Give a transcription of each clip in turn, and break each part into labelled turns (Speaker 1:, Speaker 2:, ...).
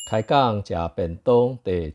Speaker 1: 开讲食便当第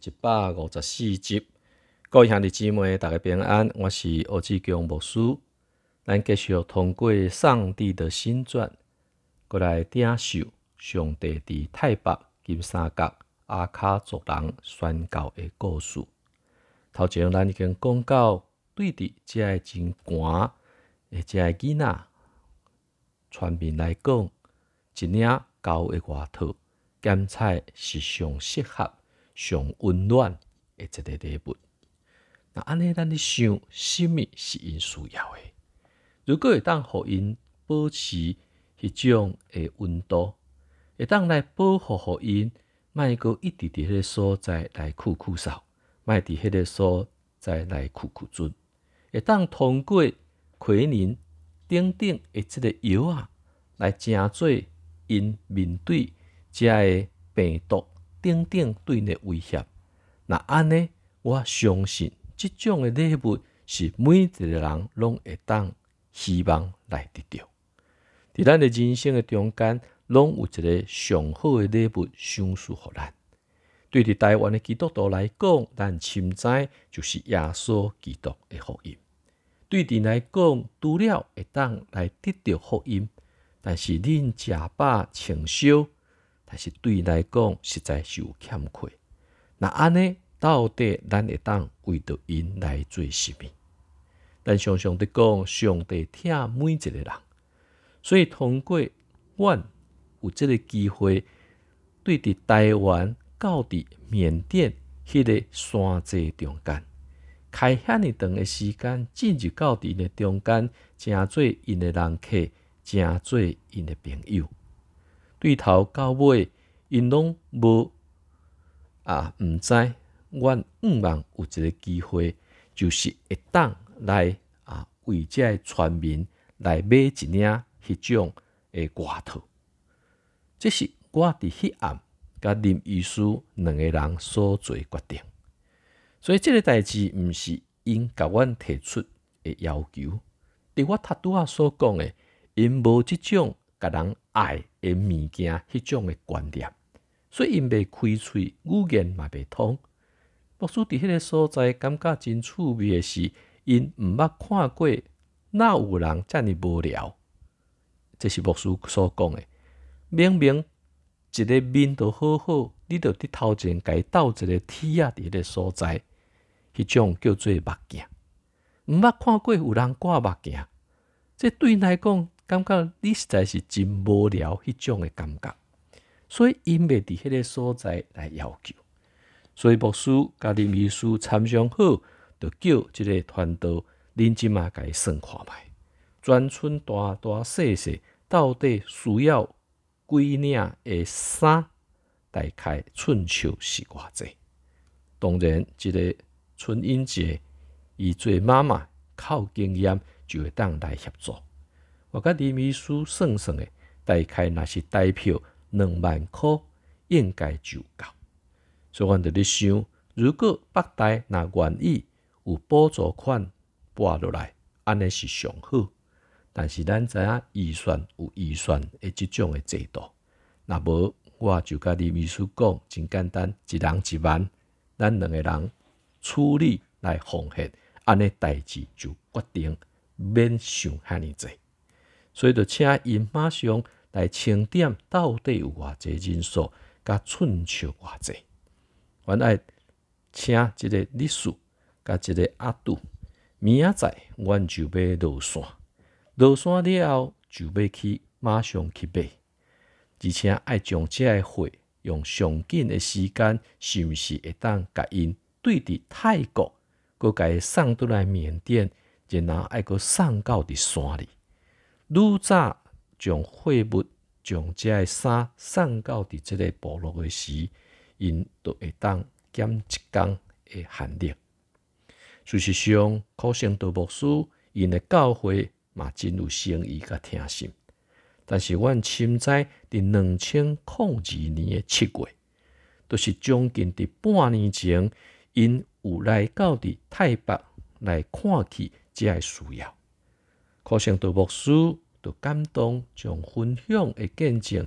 Speaker 1: 154集，各位兄弟姊妹，大家平安，我是欧志强牧师。咱继续通过上帝的新传，过来领受上帝伫太北金三角阿卡族人宣教的故事。头前咱已经讲到，对伫这个真寒的这个囡仔，全面来讲，一领高的外套。咸菜是上适合、上温暖的一个礼物。那安尼，咱咧想，什么是因需要的？如果会当互因保持迄种的温度，会当来保护互因，莫阁一直伫迄个所在来酷酷扫，莫伫迄个所在来酷酷准，会当通过奎宁等等的即个药啊，来正做因面对这个病毒等等对因的威胁。那安尼，我相信这种的礼物是每一个人拢会当希望来得到。伫咱的人生的中间，拢有一个上好的礼物赏赐互咱。对伫台湾的基督徒来讲，咱深知就是耶稣基督的福音。对伫来讲，除了会当来得到福音，但是恁食饱穿烧。但是对来讲，实在是有欠缺。那安尼，到底咱会当为着因来做什么？咱常常伫讲，上帝疼每一个人，所以通过阮有这个机会，对伫台湾到伫缅甸迄个山际中间，开遐尼长的时间，进入到伫的中间，诚做因的人客，诚做因的朋友。对头到尾，因拢无毋知，阮望有一个机会，就是会当来为这个全民来买一领迄种的外套。这是我伫迄暗甲林医师两个人所做决定。所以这个代志毋是因甲阮提出的要求，伫我拄仔所讲的，因无即种甲人爱的物件，迄种的观念，所以因袂开喙，语言嘛袂通。牧师伫迄个所在感觉真趣味的是，因毋捌看过哪有人遮尔无聊。这是牧师所讲的。明明一个面都好好，你着伫头前甲伊斗一个铁仔伫迄个所在，迄种叫做目镜。毋捌看过有人挂目镜，这对因来讲，感觉你实在是真无聊迄种的感觉。所以因袂伫迄个所在来要求。所以牧师甲林医师参详好，就叫即个团队恁即马甲伊算看觅，全村大大细细到底需要几领的衫，大概寸数是偌济。当然，即个春英节，伊做妈妈靠经验就会当来协助。我甲林医师算算的，大概若是台票2万块，应该就够。所以阮就咧想，如果北台若愿意有补助款拨落来，安尼是上好。但是咱知影预算有预算的即种的制度，若无我就甲林医师讲，真简单，一人1万，咱两个人处理来奉献，安尼代志就决定，免想遐尼济。所以就请因马上来清点，到底有偌济人数，甲寸数偌济。阮爱请即个律师甲即个阿杜，明仔载阮就要落山，落山了后就要去马上去买，而且爱将这个货用上紧的时间，是毋是会当甲因对伫泰国，佮甲伊送倒来缅甸，然后爱佮送到伫山里。愈早将货物、将这个衫送到伫即个部落的时，因就会当减一天的限力。事实上，苦心道牧师因的教会嘛真有诚意甲疼心。但是阮深知，伫2002年的7月，就是将近伫半年前，因有来到伫泰北来看去这个需要。苦心道牧师就感动，将分享的见证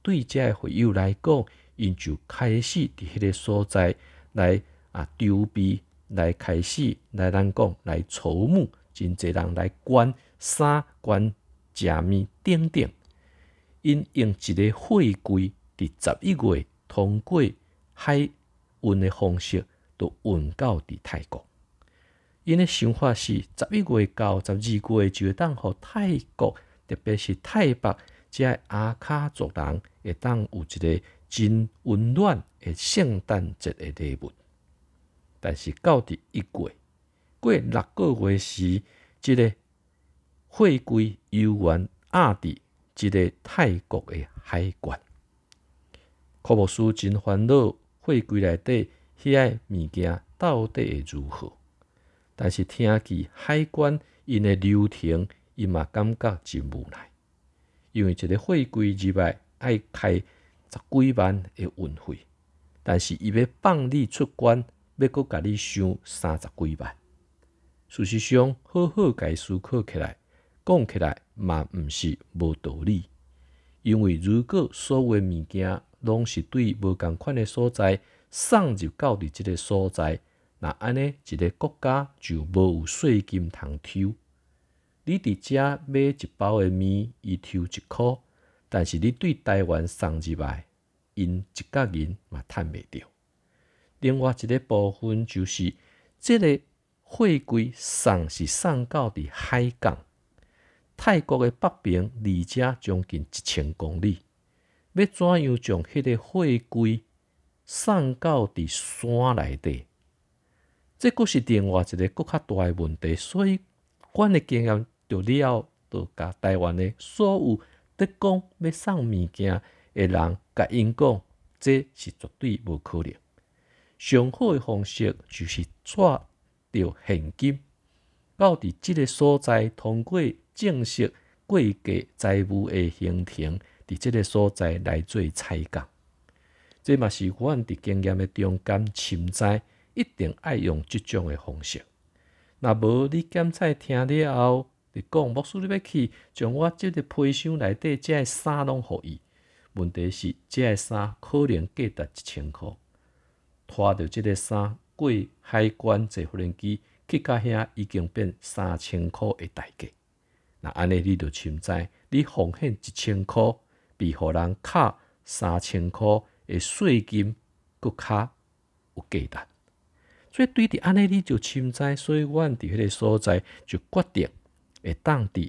Speaker 1: 对这会友来讲，因就开始伫迄个所在来筹备，来开始来咱讲来筹募，真侪人来捐衫、捐食物等等。因用一个货柜伫11月通过海运的方式，就运到伫泰国。因的想法是11月到12月就会当互泰国，特别是泰北这阿卡族人会当有一个真温暖的圣诞节的礼物。但是到伫1月过6个月时，这个货柜悠然压伫一个泰国的海关。科牧师真烦恼，货柜内底遐个物件到底会如何？但是听见海关因的流程，伊嘛感觉真无奈，因为一个货柜入来爱开10几万的运费，但是伊要放你出关，要搁甲你收30几万。事实上，好好甲伊思考起来，讲起来嘛毋是无道理。因为如果所有物件拢是对无共款的所在送入到伫即个所在，那安尼一个国家就无有税金通抽。你伫遮买一包的面，伊抽1块，但是你对台湾送入来，因一角银嘛趁袂着。另外一个部分就是，这个货柜送是送到伫海港。泰国的北边离遮将近1000公里，要怎样将迄个货柜送到伫山内底？这阁是另外一个更较大的问题。所以，阮的经验就了，就甲台湾的所有在讲要送物件的人，甲因讲，这是绝对无可能。上好的方式就是带着现金，到伫即个所在，通过正式过价财务的形成，伫即个所在来做采购。这嘛是阮伫经验的中间深知，一定爱用即种的方式。若无你检采听了后，你讲牧师你要去将我即个皮箱内底这衫拢互伊。问题是这衫可能价值1000块，拖着即个衫过海关坐无人机去到遐，已经变3000块的代价。那安尼你就深知，你奉献1000块，比互人卡3000块的税金搁较有价值。所以对伫安尼你就深知，所以阮伫迄个所在就决定会当伫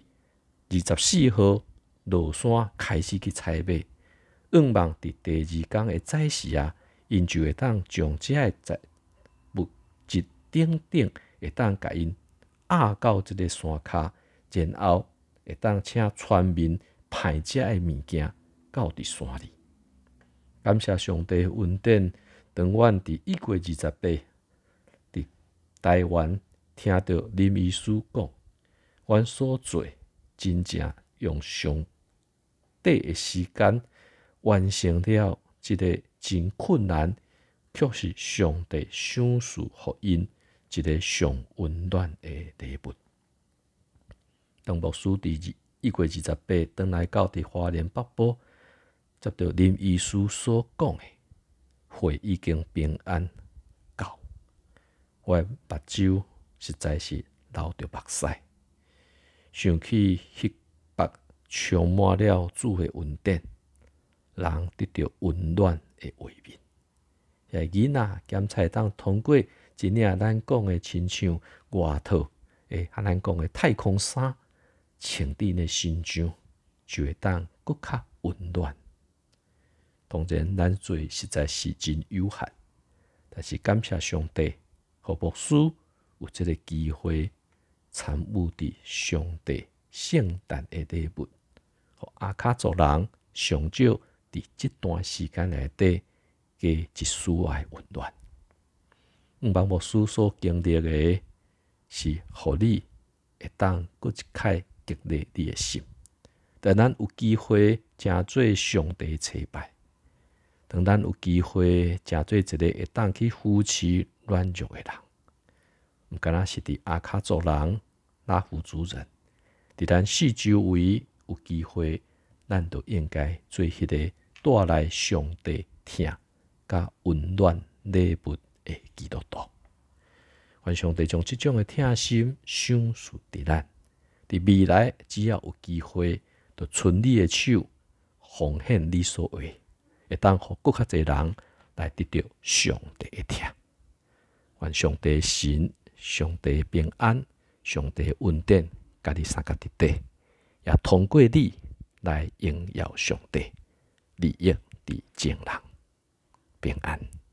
Speaker 1: 24号落山开始去采买，愿望伫第2天的早时因就会当将这个物质等等会当甲因压到即个山骹，然后会当请村民派这的物件到伫山里。感谢上帝恩典，当阮伫1月28伫台湾听到林医师讲，阮所做真正用上短的时间完成了一个真困难，却是上帝赏赐予因一个上温暖的礼物。当牧师伫1月28回来到伫花莲北部，接到林医师所讲的，会已经平安到，我的目睭实在是流着目屎，想起迄北充满了主的恩典，人得到温暖的画面。遐囡仔检采当通过真正咱讲的亲像外套诶，咱讲的太空衫，穿伫呢身上，就会当搁较温暖。当然，咱做实在是真有限，但是感谢上帝，互牧师有这个机会参与伫上帝圣诞的礼物，互阿卡族人上少伫这段时间内底加一丝的温暖。望牧师所经历的是，互你会当搁一开激励你的心。当咱有机会诚做上帝礼拜，当咱有机会诚做一个会当去扶持软弱的人，毋敢若是伫阿卡族人、拉祜族人，伫咱四周围有机会，咱都应该做迄个带来上帝疼甲温暖礼物的基督徒。愿上帝将这种的疼心赏赐伫咱，伫未来只要有机会，就伸你的手，奉献你所有，会当互更较侪人来得到上帝的疼。愿上帝的神、上帝的平安、上帝的恩典，甲你三角伫底，也通过你来荣耀上帝，利益伫众人，平安。